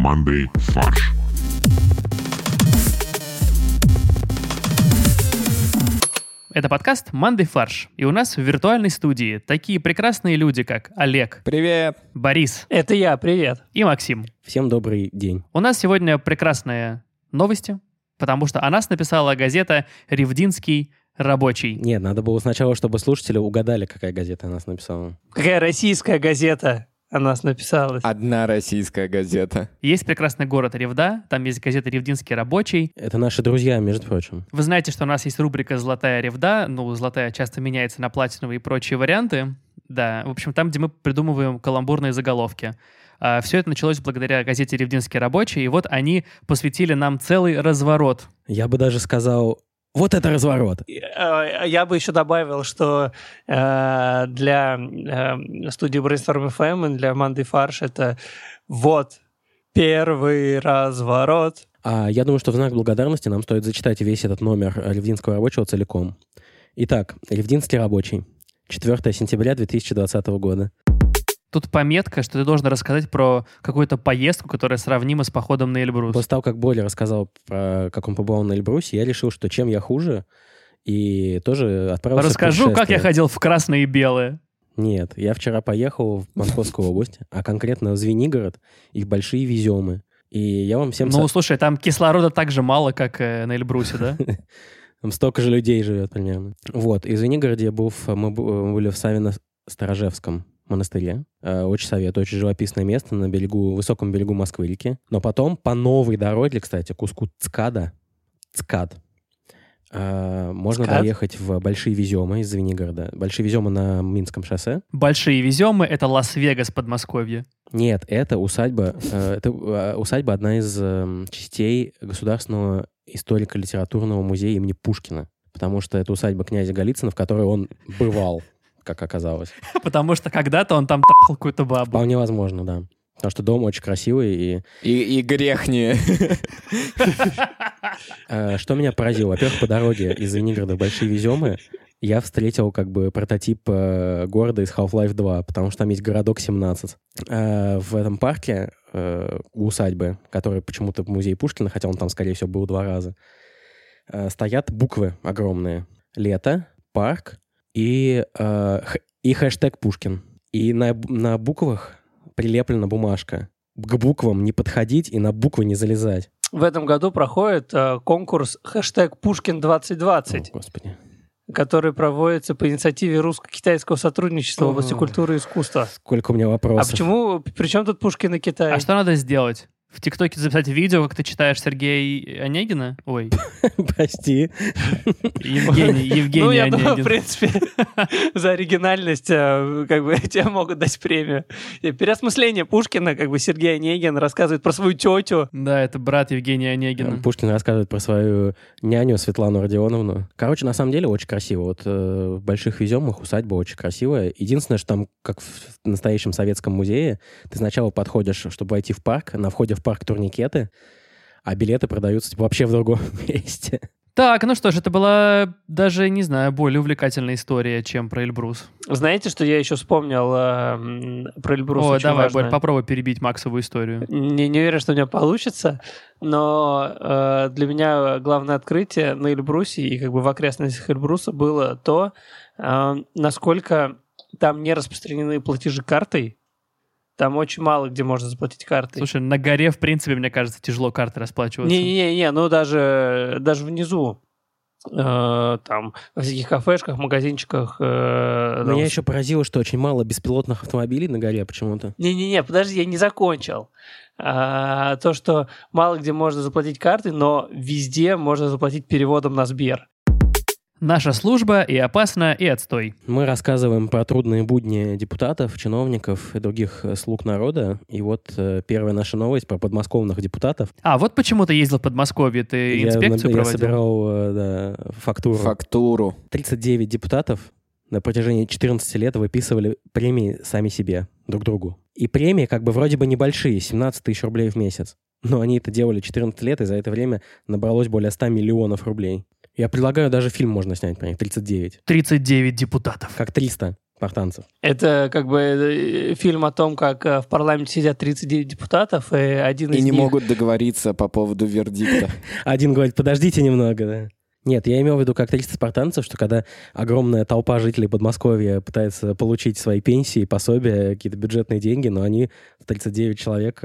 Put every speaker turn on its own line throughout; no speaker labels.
командой «Фарш».
Это подкаст «Мандай фарш». И у нас в виртуальной студии такие прекрасные люди, как Олег.
Привет.
Борис.
Это я, привет.
И Максим.
Всем добрый день.
У нас сегодня прекрасные новости, потому что о нас написала газета «Ревдинский рабочий».
Нет, надо было сначала, чтобы слушатели угадали, какая газета о нас написала.
Какая российская газета о нас написала?
Одна российская газета.
Есть прекрасный город Ревда, там есть газета «Ревдинский рабочий».
Это наши друзья, между прочим.
Вы знаете, что у нас есть рубрика «Золотая Ревда». Ну, золотая часто меняется на платиновые и прочие варианты. Да, в общем, там, где мы придумываем каламбурные заголовки. Все это началось благодаря газете «Ревдинский рабочий», и вот они посвятили нам целый разворот.
Я бы даже сказал, вот это разворот.
Я бы еще добавил, что для студии Brainstorm FM и для Манды Фарш это вот первый разворот.
Я думаю, что в знак благодарности нам стоит зачитать весь этот номер Ревдинского рабочего целиком. Итак, Ревдинский рабочий. 4 сентября 2020 года.
Тут пометка, что ты должен рассказать про какую-то поездку, которая сравнима с походом на Эльбрус.
После того, как Боря рассказал, про как он побывал на Эльбрусе, я решил, что чем я хуже, и тоже отправился
Расскажу,
в путешествие.
как я ходил в красное и белое.
Нет, я вчера поехал в Московскую область, а конкретно в Звенигород и в Большие Веземы. И я вам всем...
Слушай, там кислорода так же мало, как на Эльбрусе, да?
Там столько же людей живет примерно. Вот, и в Звенигороде мы были в Савино-Сторожевском монастыре. Очень советую, очень живописное место на высоком берегу Москвы-реки. Но потом по новой дороге, кстати, куску Цкад, можно доехать в Большие Веземы из Звенигорода. Большие Веземы на Минском шоссе.
Большие Веземы — это Лас-Вегас Подмосковья.
Нет, это усадьба. Это усадьба одна из частей Государственного историко-литературного музея имени Пушкина. Потому что это усадьба князя Голицына, в которой он бывал, как оказалось.
Потому что когда-то он там трахал какую-то бабу.
Вполне возможно, да. Потому что дом очень красивый
И грех не...
Что меня поразило? Во-первых, по дороге из Звенигорода в Большие Веземы я встретил как бы прототип города из Half-Life 2, потому что там есть городок 17. В этом парке у усадьбы, который почему-то музей Пушкина, хотя он там, скорее всего, был 2 раза, стоят буквы огромные. Лето, парк и хэштег Пушкин. И на буквах прилеплена бумажка. К буквам не подходить и на буквы не залезать.
В этом году проходит конкурс хэштег Пушкин2020,
О, Господи.
который проводится по инициативе русско-китайского сотрудничества в области культуры и искусства.
Сколько у меня вопросов.
А почему? При чем тут Пушкин и Китай?
А что надо сделать? В ТикТоке записать видео, как ты читаешь Сергея Онегина? Ой.
Прости.
Евгений
я
Онегин.
думаю, в принципе, за оригинальность как бы тебе могут дать премию. И переосмысление Пушкина, как бы Сергей Онегин рассказывает про свою тетю.
Да, это брат Евгения Онегина.
Пушкин рассказывает про свою няню Светлану Родионовну. Короче, на самом деле очень красиво. Вот в Больших Веземах усадьба очень красивая. Единственное, что там, как в настоящем советском музее, ты сначала подходишь, чтобы войти в парк, на входе в парк турникеты, а билеты продаются вообще в другом месте.
Так, ну что ж, это была даже, не знаю, более увлекательная история, чем про Эльбрус.
Знаете, что я еще вспомнил про Эльбрус?
О,
очень
давай,
важное?
Борь, попробуй перебить Максову историю.
Не уверен, что у меня получится, но для меня главное открытие на Эльбрусе и как бы в окрестностях Эльбруса было то, насколько там не распространены платежи картой. Там очень мало где можно заплатить картой.
Слушай, на горе, в принципе, мне кажется, тяжело карты расплачиваться.
Не-не-не, ну даже внизу. Там во всяких кафешках, магазинчиках.
Меня еще поразило, что очень мало беспилотных автомобилей на горе почему-то.
Не-не-не, подожди, я не закончил. То, что мало где можно заплатить картой, но везде можно заплатить переводом на Сбер.
Наша служба и опасно, и отстой.
Мы рассказываем про трудные будни депутатов, чиновников и других слуг народа. И вот первая наша новость про подмосковных депутатов.
Вот почему ты ездил в Подмосковье, ты инспекцию проводил?
Я собирал фактуру. 39 депутатов на протяжении 14 лет выписывали премии сами себе, друг другу. И премии как бы вроде бы небольшие, 17 тысяч рублей в месяц. Но они это делали 14 лет, и за это время набралось более 100 миллионов рублей. Я предлагаю, даже фильм можно снять про них, 39.
39 депутатов.
Как 300. спартанцев.
Это как бы фильм о том, как в парламенте сидят 39 депутатов, и один
И
из
не
них...
могут договориться по поводу вердикта.
Один говорит, подождите немного, да. Нет, я имел в виду как 300 спартанцев, что когда огромная толпа жителей Подмосковья пытается получить свои пенсии, пособия, какие-то бюджетные деньги, но они, 39 человек,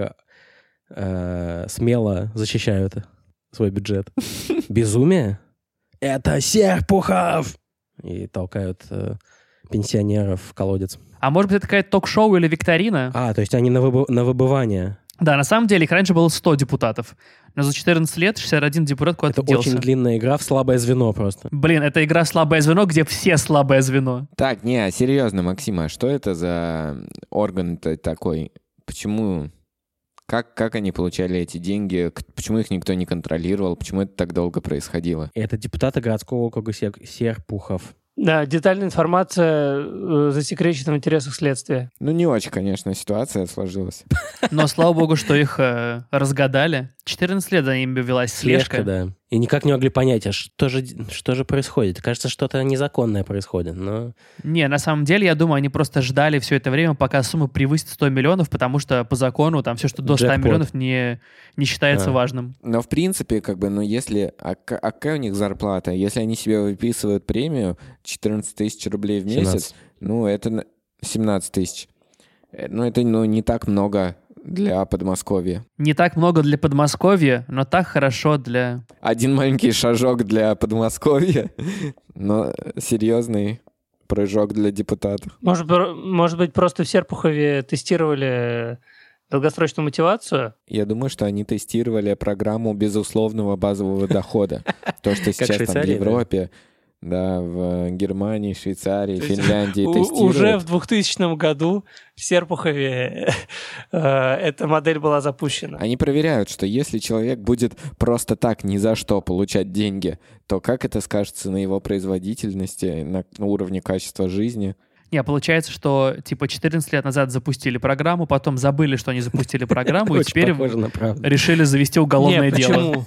смело защищают свой бюджет. Безумие? Это Серпухов! И толкают пенсионеров в колодец.
А может быть, это какая-то ток-шоу или викторина?
То есть они на выбывание.
Да, на самом деле их раньше было 100 депутатов. Но за 14 лет 61 депутат куда-то
Это
делся.
очень длинная игра в слабое звено просто.
Блин, это игра «Слабое звено», где все слабое звено.
Так, не, серьезно, Максим, а что это за орган-то такой? Почему... Как они получали эти деньги? Почему их никто не контролировал? Почему это так долго происходило?
Это депутаты городского округа Серпухов.
Да, детальная информация засекречена в интересах следствия.
Ну, не очень, конечно, ситуация сложилась.
Но слава богу, что их разгадали. 14 лет за ними велась слежка.
Да. И никак не могли понять, а что же происходит. Кажется, что-то незаконное происходит, но...
Не, на самом деле, я думаю, они просто ждали все это время, пока сумма превысит 100 миллионов, потому что по закону там все, что до 100
Джекпот.
миллионов, не считается важным.
Но, в принципе, как бы, ну, если... А какая у них зарплата? Если они себе выписывают премию 14 тысяч рублей в месяц,
17.
ну, это 17 тысяч. Ну, это не так много для Подмосковья.
Не так много для Подмосковья, но так хорошо для...
Один маленький шажок для Подмосковья, но серьезный прыжок для депутатов.
Может быть, просто в Серпухове тестировали долгосрочную мотивацию?
Я думаю, что они тестировали программу безусловного базового дохода. То, что сейчас там в Европе, да, в Германии, Швейцарии, Финляндии тестируют.
Уже в 2000 году в Серпухове эта модель была запущена.
Они проверяют, что если человек будет просто так ни за что получать деньги, то как это скажется на его производительности, на уровне качества жизни?
Не, получается, что типа 14 лет назад запустили программу, потом забыли, что они запустили программу, и теперь решили завести уголовное дело.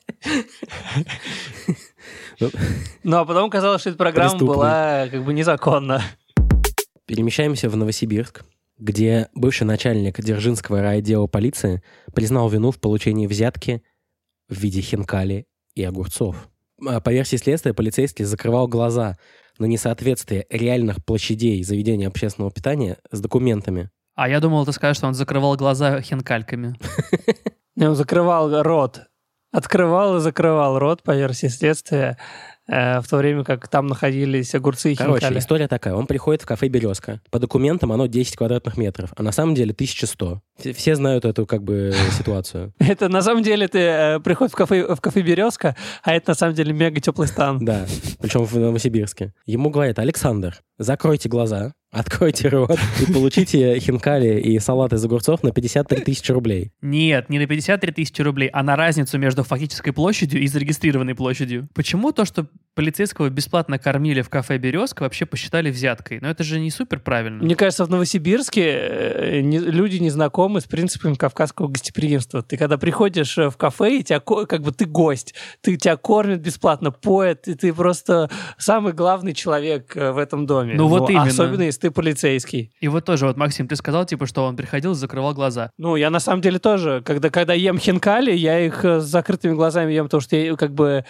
Ну, а потом казалось, что эта программа была как бы незаконна.
Перемещаемся в Новосибирск, где бывший начальник Дзержинского райотдела полиции признал вину в получении взятки в виде хинкали и огурцов. По версии следствия, полицейский закрывал глаза на несоответствие реальных площадей заведения общественного питания с документами.
А я думал, ты скажешь, что он закрывал глаза хинкальками.
Он закрывал рот. Открывал и закрывал рот, по версии следствия, в то время как там находились огурцы и хинкали.
Короче, история такая. Он приходит в кафе «Березка». По документам оно 10 квадратных метров, а на самом деле 1100. Все знают эту как бы ситуацию.
Это на самом деле ты приходишь в кафе «Березка», а это на самом деле мега теплый стан.
Да, причем в Новосибирске. Ему говорят: Александр, закройте глаза, откройте рот и получите хинкали и салат из огурцов на 53 тысячи рублей.
Нет, не на 53 тысячи рублей, а на разницу между фактической площадью и зарегистрированной площадью. Почему то, что полицейского бесплатно кормили в кафе «Березка», вообще посчитали взяткой? Но это же не супер правильно.
Мне кажется, в Новосибирске люди не знакомы с принципами кавказского гостеприимства. Ты когда приходишь в кафе, и тебя, как бы ты гость, тебя кормят бесплатно, поят, и ты просто самый главный человек в этом доме.
Ну вот именно.
Особенно, если ты полицейский.
И вот тоже, вот, Максим, ты сказал, типа, что он приходил и закрывал глаза.
Ну, я на самом деле тоже, когда ем хинкали, я их с закрытыми глазами ем, потому что я, как бы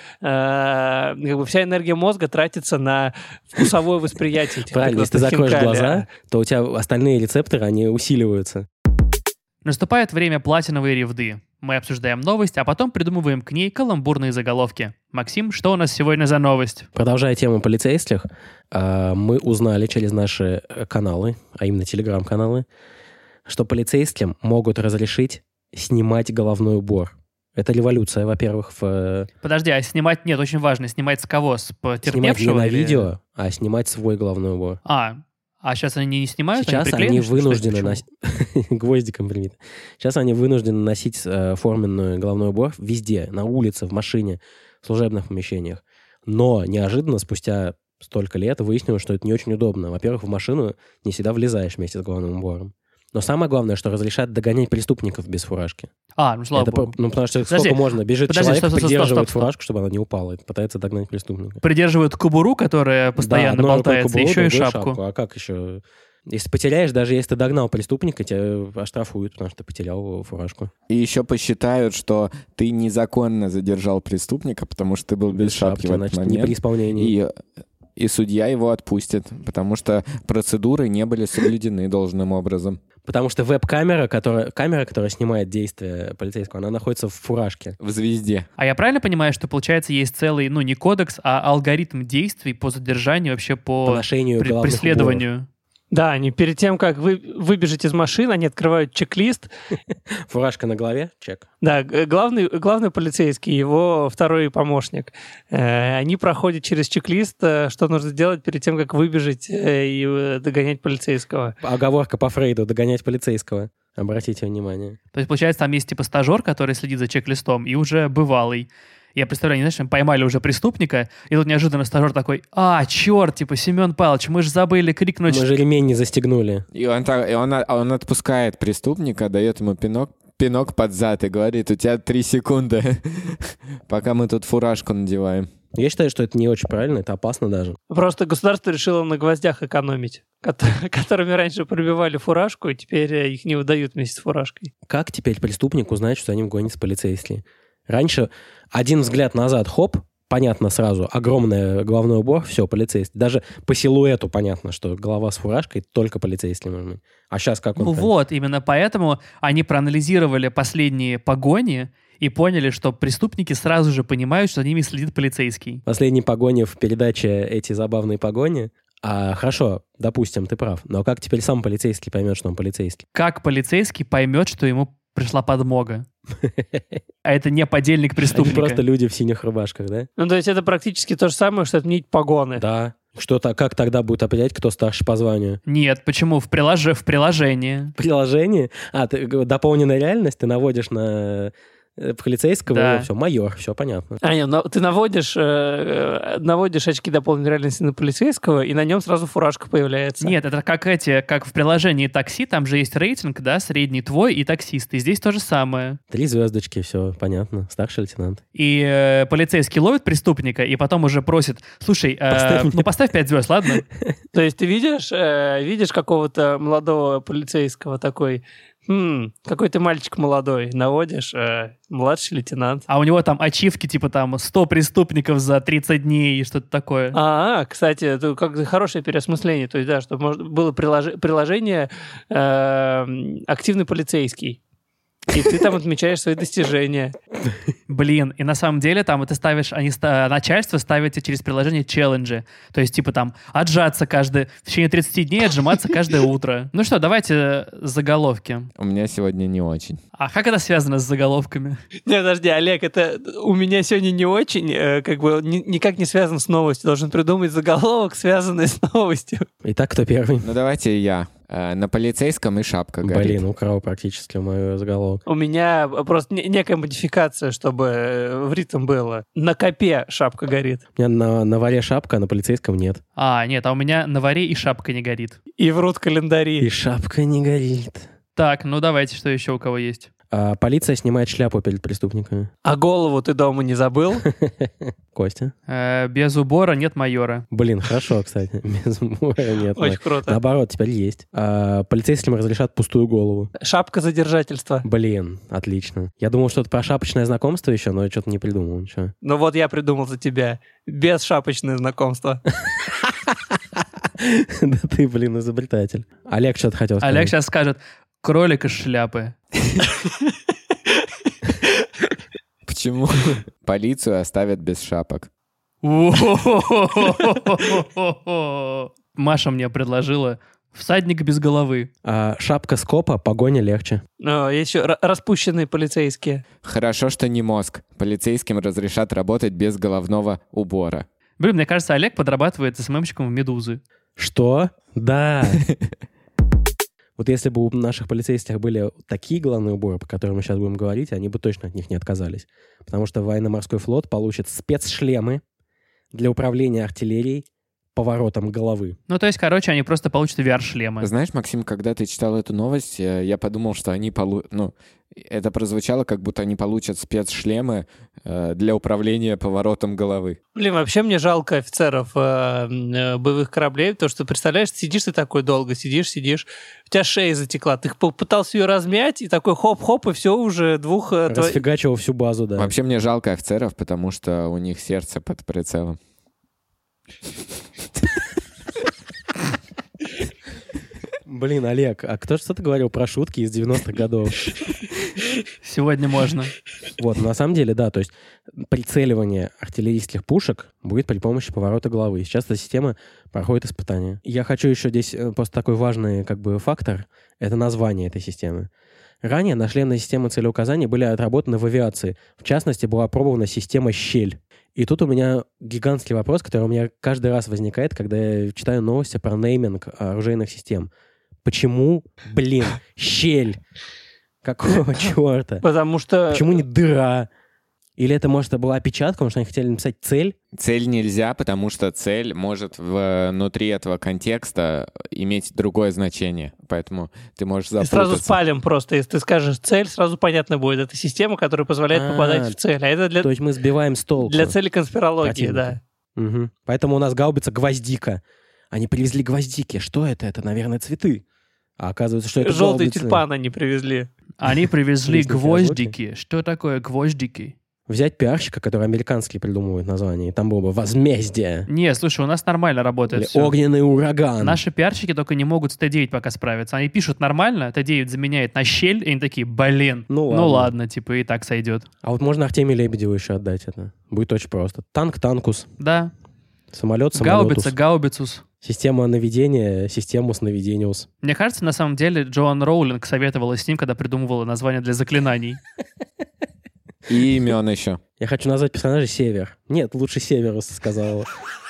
вся энергия мозга тратится на вкусовое восприятие этих
Правильно, если ты закроешь глаза, то у тебя остальные рецепторы, они усиливаются.
Наступает время платиновой ревды. Мы обсуждаем новость, а потом придумываем к ней каламбурные заголовки. Максим, что у нас сегодня за новость?
Продолжая тему полицейских, мы узнали через наши каналы, а именно телеграм-каналы, что полицейским могут разрешить снимать головной убор. Это революция, во-первых,
Подожди, а снимать нет, очень важно. Снимать с кого? С потерпевшего?
Снимать не на
или...
видео, а снимать свой головной убор.
А сейчас они не снимают?
Сейчас они вынуждены носить... Гвоздиком примите. Сейчас они вынуждены носить форменный головной убор везде, на улице, в машине, в служебных помещениях. Но неожиданно, спустя столько лет, выяснилось, что это не очень удобно. Во-первых, в машину не всегда влезаешь вместе с головным убором. Но самое главное, что разрешат догонять преступников без фуражки.
Ну слава богу.
Потому что
Подожди,
сколько можно? Бежит человек,
стоп.
придерживает фуражку, чтобы она не упала, и пытается догнать преступника.
Придерживают кобуру, которая постоянно
одной рукой
болтается,
кобуру,
еще и
другой
шапку.
А как еще? Если потеряешь, даже если ты догнал преступника, тебя оштрафуют, потому что ты потерял фуражку.
И еще посчитают, что ты незаконно задержал преступника, потому что ты был без шапки в этот
значит, не
момент.
при исполнении.
И судья его отпустит, потому что процедуры не были соблюдены должным образом.
Потому что веб-камера, которая снимает действия полицейского, она находится в фуражке.
В звезде.
А я правильно понимаю, что, получается, есть целый, не кодекс, а алгоритм действий по задержанию, вообще по
ношению головных
преследованию?
Да, они перед тем, как выбежать из машины, они открывают чек-лист.
Фуражка на голове, чек.
Да, главный полицейский, его второй помощник. Они проходят через чек-лист, что нужно делать перед тем, как выбежать и догонять полицейского.
Оговорка по Фрейду: догонять полицейского. Обратите внимание.
То есть, получается, там есть типа стажер, который следит за чек-листом, и уже бывалый. Я представляю, не знаешь, поймали уже преступника, и тут неожиданно стажер такой: черт, типа, Семен Павлович, мы же забыли крикнуть.
Мы же ремень не застегнули.
И он отпускает преступника, дает ему пинок под зад и говорит: у тебя 3 секунды, пока мы тут фуражку надеваем.
Я считаю, что это не очень правильно, это опасно даже.
Просто государство решило на гвоздях экономить, которыми раньше пробивали фуражку, и теперь их не выдают вместе с фуражкой.
Как теперь преступник узнает, что за ним гонится полицейский? Раньше один взгляд назад, хоп, понятно сразу, огромный головной убор, все, полицейский. Даже по силуэту понятно, что голова с фуражкой только полицейский может быть. А сейчас как он...
Вот, именно поэтому они проанализировали последние погони и поняли, что преступники сразу же понимают, что за ними следит полицейский.
Последние погони в передаче «Эти забавные погони». Хорошо, допустим, ты прав. Но как теперь сам полицейский поймет, что он полицейский?
Как полицейский поймет, что ему пришла подмога? А это не подельник преступника.
Они просто люди в синих рубашках, да?
То есть это практически то же самое, что отменить погоны.
Да. Как тогда будет определять, кто старше по званию?
Нет, почему? В приложении.
Приложение? Дополненная реальность, ты наводишь на полицейского,
да.
Все, майор, все понятно.
Ты наводишь очки дополненной реальности на полицейского, и на нем сразу фуражка появляется.
Нет, это как в приложении такси, там же есть рейтинг, да, средний твой и таксист, и здесь то же самое.
3 звездочки, все понятно, старший лейтенант.
И полицейский ловит преступника, и потом уже просит: слушай, поставь 5 звезд, ладно?
То есть ты видишь какого-то молодого полицейского такой: какой ты мальчик молодой, наводишь, младший лейтенант.
А у него там ачивки, типа там 100 преступников за 30 дней и что-то такое.
Кстати, это как хорошее переосмысление. То есть, да, чтобы было приложение «Активный полицейский». И ты там отмечаешь свои достижения.
Блин, и на самом деле там ты ставишь, начальство ставит тебе через приложение челленджи. То есть типа там отжаться в течение 30 дней, отжиматься каждое утро. Ну что, давайте заголовки.
У меня сегодня не очень.
А как это связано с заголовками?
Не, подожди, Олег, это у меня сегодня не очень, никак не связано с новостью. Должен придумать заголовок, связанный с новостью.
Итак, кто первый?
Ну давайте я. На полицейском и шапка горит.
Блин, украл практически мой заголовок.
У меня просто некая модификация, чтобы в ритм было. На копе шапка горит.
У меня на варе шапка, а на полицейском нет.
Нет, а у меня на варе и шапка не горит.
И врут календари.
И шапка не горит.
Так, ну давайте, что еще у кого есть?
Полиция снимает шляпу перед преступниками.
А голову ты дома не забыл?
Костя?
Без убора нет майора.
Блин, хорошо, кстати. Без убора нет.
Очень круто.
Наоборот, теперь есть. Полицейским разрешат пустую голову.
Шапка задержательства.
Блин, отлично. Я думал, что это про шапочное знакомство еще, но я что-то не придумал ничего.
Ну вот я придумал за тебя. Бесшапочное знакомство.
Да ты, блин, изобретатель. Олег что-то хотел сказать.
Олег сейчас скажет: кролик из шляпы.
Почему? Полицию оставят без шапок.
Маша мне предложила: всадник без головы.
Шапка с копа, погоня легче.
Еще распущенные полицейские.
Хорошо, что не мозг. Полицейским разрешат работать без головного убора.
Блин, мне кажется, Олег подрабатывает СММщиком в «Медузы».
Что? Да. Вот если бы у наших полицейских были такие головные уборы, по которым мы сейчас будем говорить, они бы точно от них не отказались. Потому что военно-морской флот получит спецшлемы для управления артиллерией, поворотом головы.
Ну, то есть, короче, они просто получат VR-шлемы.
Знаешь, Максим, когда ты читал эту новость, я подумал, что они это прозвучало, как будто они получат спецшлемы для управления поворотом головы.
Блин, вообще мне жалко офицеров боевых кораблей, потому что, представляешь, сидишь ты такой долго, сидишь, у тебя шея затекла, ты пытался ее размять, и такой хоп-хоп, и все уже двух...
Расфигачивал всю базу, да.
Вообще мне жалко офицеров, потому что у них сердце под прицелом.
Блин, Олег, а что ты говорил про шутки из 90-х годов?
Сегодня можно.
Вот, на самом деле, да, то есть прицеливание артиллерийских пушек будет при помощи поворота головы. Сейчас эта система проходит испытания. Я хочу еще здесь просто такой важный фактор — это название этой системы. Ранее нашлемные системы целеуказания были отработаны в авиации. В частности, была опробована система «Щель». И тут у меня гигантский вопрос, который у меня каждый раз возникает, когда я читаю новости про нейминг оружейных систем. Почему, «Щель»? Какого черта?
Потому что...
Почему не «Дыра»? Или это, может, была опечатка, потому что они хотели написать «Цель»?
Цель нельзя, потому что цель может внутри этого контекста иметь другое значение. Поэтому ты можешь запутаться.
Сразу спалим просто. Если ты скажешь «цель», сразу понятно будет. Это система, которая позволяет попадать в цель. А это для...
То есть мы сбиваем с толку.
Для цели конспирологии,
противника. Да. Угу. Поэтому у нас гаубица «Гвоздика». Они привезли гвоздики. Что это? Это, наверное, цветы. А оказывается, что это
желтый
гаубицы.
тюльпан они привезли.
Они привезли гвоздики. Что такое гвоздики?
Взять пиарщика, который американский придумывает название, и там было бы «Возмездие».
Не, слушай, у нас нормально работает
Или
все.
«Огненный ураган».
Наши пиарщики только не могут с Т9 пока справиться. Они пишут нормально, Т9 заменяет на щель, и они такие,
Ну ладно,
типа и так сойдет.
А вот можно Артемию Лебедеву еще отдать это. Будет очень просто. Танк «Танкус».
Да.
Самолет «Самолетус».
Гаубицус.
Система наведения, системус наведениус.
Мне кажется, на самом деле, Джоан Роулинг советовала с ним, когда придумывала название для заклинаний.
И имен еще.
Я хочу назвать персонажа Север. Нет, лучше Северус, сказал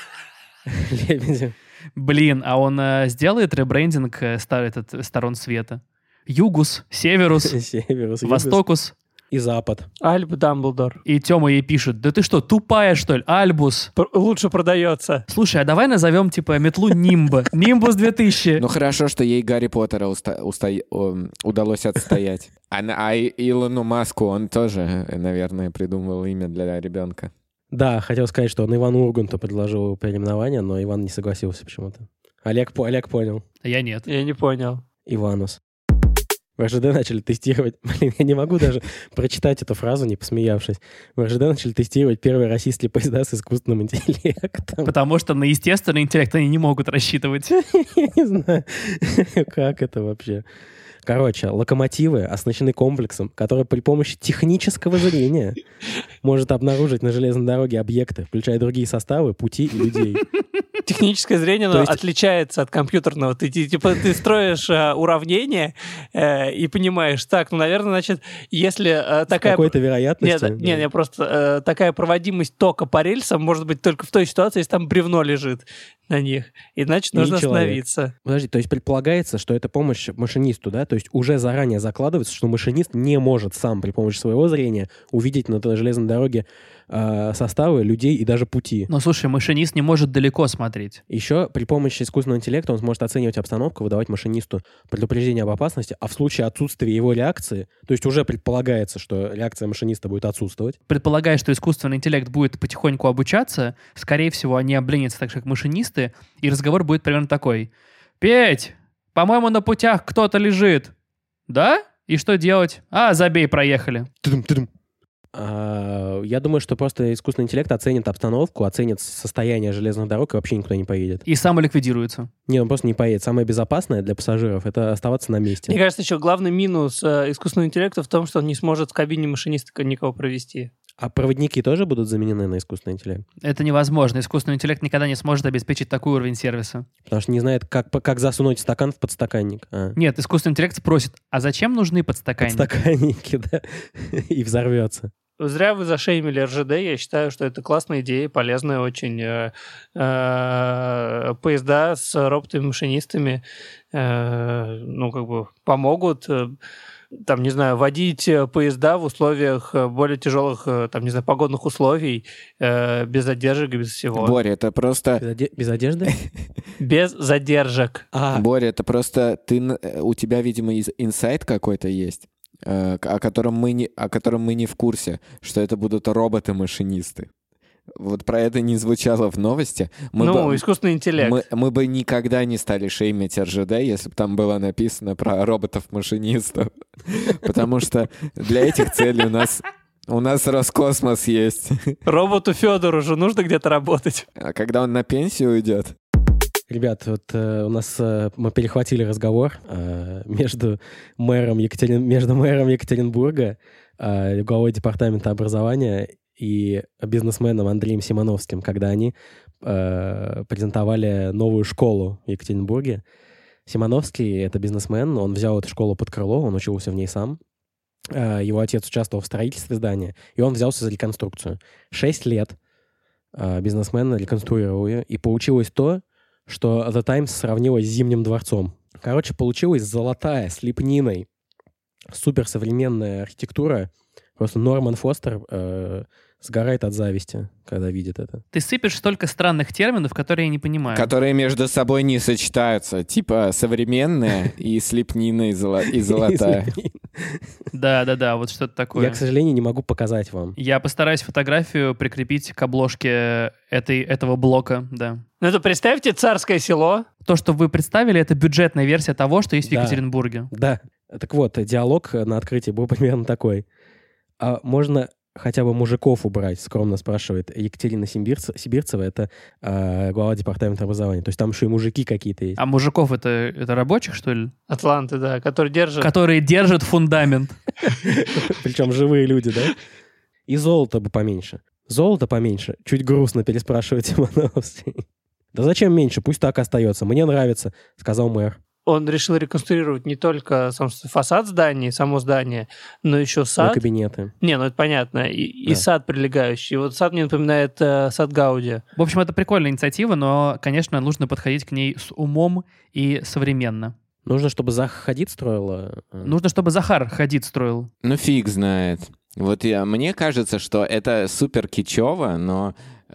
Лебедев.
Блин, а он сделает ребрендинг сторон света? Югус, Северус,
Северус,
Востокус
и Запад.
Альб Дамблдор.
И Тёма ей пишет: да ты что, тупая, что ли? Альбус.
Лучше продается.
Слушай, а давай назовем, типа, метлу Нимба. Нимбус 2000.
Ну хорошо, что ей Гарри Поттера удалось отстоять. А Илону Маску он тоже, наверное, придумывал имя для ребенка.
Да, хотел сказать, что он Ивану Урганту предложил переименование, но Иван не согласился почему-то. Олег понял.
Я нет.
Я не понял.
Иванус. В РЖД начали тестировать... Блин, я не могу даже прочитать эту фразу, не посмеявшись. В РЖД начали тестировать первые российские поезда с искусственным интеллектом.
Потому что на естественный интеллект они не могут рассчитывать.
Я не знаю, как это вообще. Короче, локомотивы оснащены комплексом, который при помощи технического зрения может обнаружить на железной дороге объекты, включая другие составы, пути и людей.
Техническое зрение отличается от компьютерного. Ты строишь уравнение и понимаешь, так, ну, наверное, значит, если такая...
С какой-то вероятностью?
Нет, просто такая проводимость тока по рельсам может быть только в той ситуации, если там бревно лежит на них. Иначе нужно остановиться.
Подожди, то есть предполагается, что это помощь машинисту, да? То есть уже заранее закладывается, что машинист не может сам при помощи своего зрения увидеть на железной дороге составы, людей и даже пути.
Но, слушай, машинист не может далеко смотреть.
Еще при помощи искусственного интеллекта он сможет оценивать обстановку, выдавать машинисту предупреждение об опасности, а в случае отсутствия его реакции, то есть уже предполагается, что реакция машиниста будет отсутствовать.
Предполагая, что искусственный интеллект будет потихоньку обучаться, скорее всего, они обленятся так же, как машинисты, и разговор будет примерно такой. «Петь, по-моему, на путях кто-то лежит». «Да? И что делать?» «А, забей, проехали».
Я думаю, что просто искусственный интеллект оценит обстановку, оценит состояние железных дорог и вообще никуда не поедет.
И самоликвидируется.
Не, он просто не поедет. Самое безопасное для пассажиров — это оставаться на месте.
Мне кажется, еще главный минус искусственного интеллекта в том, что он не сможет в кабине машиниста никого провести.
А проводники тоже будут заменены на искусственный интеллект?
Это невозможно. Искусственный интеллект никогда не сможет обеспечить такой уровень сервиса.
Потому что не знает, как засунуть стакан в подстаканник.
Нет, искусственный интеллект спросит, а зачем нужны подстаканники?
Подстаканники, да. И взорвется.
Зря вы зашеймили РЖД. Я считаю, что это классная идея, полезная очень. Поезда с роботами-машинистами помогут там, не знаю, водить поезда в условиях более тяжелых, там, не знаю, погодных условий, без задержек и без всего.
Боря, это просто...
Без одежды?
Без задержек.
Боря, это просто у тебя, видимо, инсайт какой-то есть, о котором мы не в курсе, что это будут роботы-машинисты. Вот про это не звучало в новости.
Искусственный интеллект.
Мы бы никогда не стали шеймить РЖД, если бы там было написано про роботов-машинистов. Потому что для этих целей у нас Роскосмос есть.
Роботу Федору же нужно где-то работать.
А когда он на пенсию уйдет?
Ребят, вот у нас мы перехватили разговор между мэром Екатеринбурга, главой департамента образования и бизнесменом Андреем Симоновским, когда они презентовали новую школу в Екатеринбурге. Симоновский — это бизнесмен, он взял эту школу под крыло, он учился в ней сам. Его отец участвовал в строительстве здания, и он взялся за реконструкцию. 6 лет бизнесмен реконструировал ее, и получилось то, что The Times сравнила с Зимним дворцом. Короче, получилась золотая, с лепниной, суперсовременная архитектура. Просто Норман Фостер сгорает от зависти, когда видит это.
Ты сыпешь столько странных терминов, которые я не понимаю.
Которые между собой не сочетаются. Типа современная и слепнина и золотая.
Да, вот что-то такое.
Я, к сожалению, не могу показать вам.
Я постараюсь фотографию прикрепить к обложке этого блока, да.
Ну это представьте Царское село.
То, что вы представили, это бюджетная версия того, что есть в Екатеринбурге.
Да. Так вот, диалог на открытии был примерно такой. А можно хотя бы мужиков убрать, скромно спрашивает Екатерина Сибирцева, это глава департамента образования. То есть там еще и мужики какие-то есть.
А мужиков это рабочих, что ли?
Атланты, да, которые
держат фундамент.
Причем живые люди, да? И золото бы поменьше. Золото поменьше. Чуть грустно переспрашивает Симоновский. Да зачем меньше? Пусть так остается. Мне нравится, сказал мэр.
Он решил реконструировать не только сам фасад здания, само здание, но еще сад.
И кабинеты.
Не, ну это понятно. И сад прилегающий. Вот сад мне напоминает сад Гауди.
В общем, это прикольная инициатива, но, конечно, нужно подходить к ней с умом и современно.
Нужно, чтобы Заха Хадид строила?
Нужно, чтобы Захар Хадид строил.
Ну, фиг знает. Вот мне кажется, что это супер кичево, но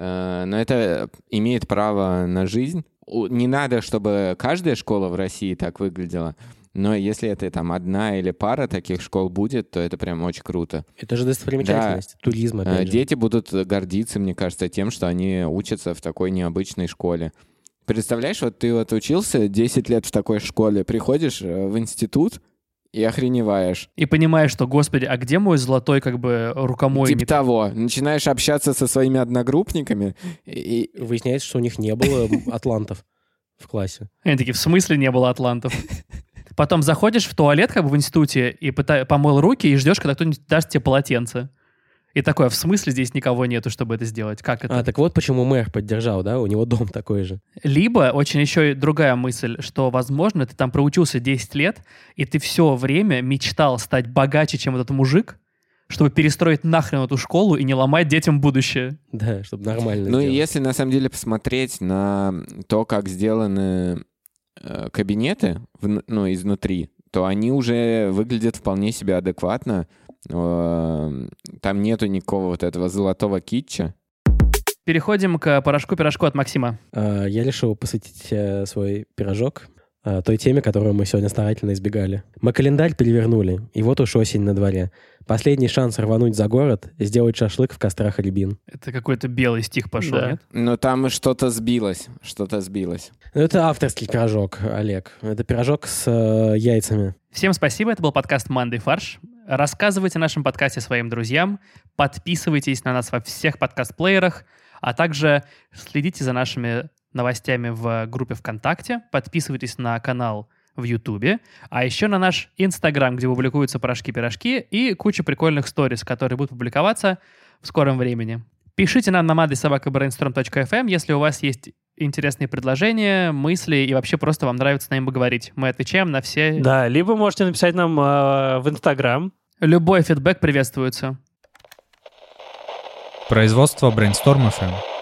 это имеет право на жизнь. Не надо, чтобы каждая школа в России так выглядела, но если это там одна или пара таких школ будет, то это прям очень круто.
Это же достопримечательность, туризм, опять же.
Дети будут гордиться, мне кажется, тем, что они учатся в такой необычной школе. Представляешь, вот ты учился 10 лет в такой школе, приходишь в институт и охреневаешь.
И понимаешь, что, господи, а где мой золотой рукомойник?
Типа того. Начинаешь общаться со своими одногруппниками. И
выясняется, что у них не было атлантов в классе.
Они такие, в смысле не было атлантов? Потом заходишь в туалет в институте и помыл руки и ждешь, когда кто-нибудь даст тебе полотенце. И такое, в смысле здесь никого нету, чтобы это сделать? Как это?
Так вот почему мэр поддержал, да? У него дом такой же.
Либо очень еще и другая мысль, что, возможно, ты там проучился 10 лет, и ты все время мечтал стать богаче, чем этот мужик, чтобы перестроить нахрен эту школу и не ломать детям будущее.
Да, чтобы нормально
Ну
сделать.
И если на самом деле посмотреть на то, как сделаны кабинеты изнутри, то они уже выглядят вполне себе адекватно. Там нету никакого вот этого золотого китча.
Переходим к порошку-пирожку от Максима.
Я решил посвятить свой пирожок той теме, которую мы сегодня старательно избегали. Мы календарь перевернули, и вот уж осень на дворе. Последний шанс рвануть за город, сделать шашлык в кострах рябин.
Это какой-то белый стих пошел,
Да.
нет?
Но там что-то сбилось.
Это авторский пирожок, Олег. Это пирожок с яйцами.
Всем спасибо, это был подкаст «Мандай фарш». Рассказывайте о нашем подкасте своим друзьям, подписывайтесь на нас во всех подкаст-плеерах, а также следите за нашими новостями в группе ВКонтакте, подписывайтесь на канал в Ютубе, а еще на наш Инстаграм, где публикуются порошки-пирожки и куча прикольных сториз, которые будут публиковаться в скором времени. Пишите нам на madai@brainstorm.fm, если у вас есть интересные предложения, мысли и вообще просто вам нравится с нами поговорить. Мы отвечаем на все...
Да, либо можете написать нам в Инстаграм.
Любой фидбэк приветствуется.
Производство Brainstorm FM.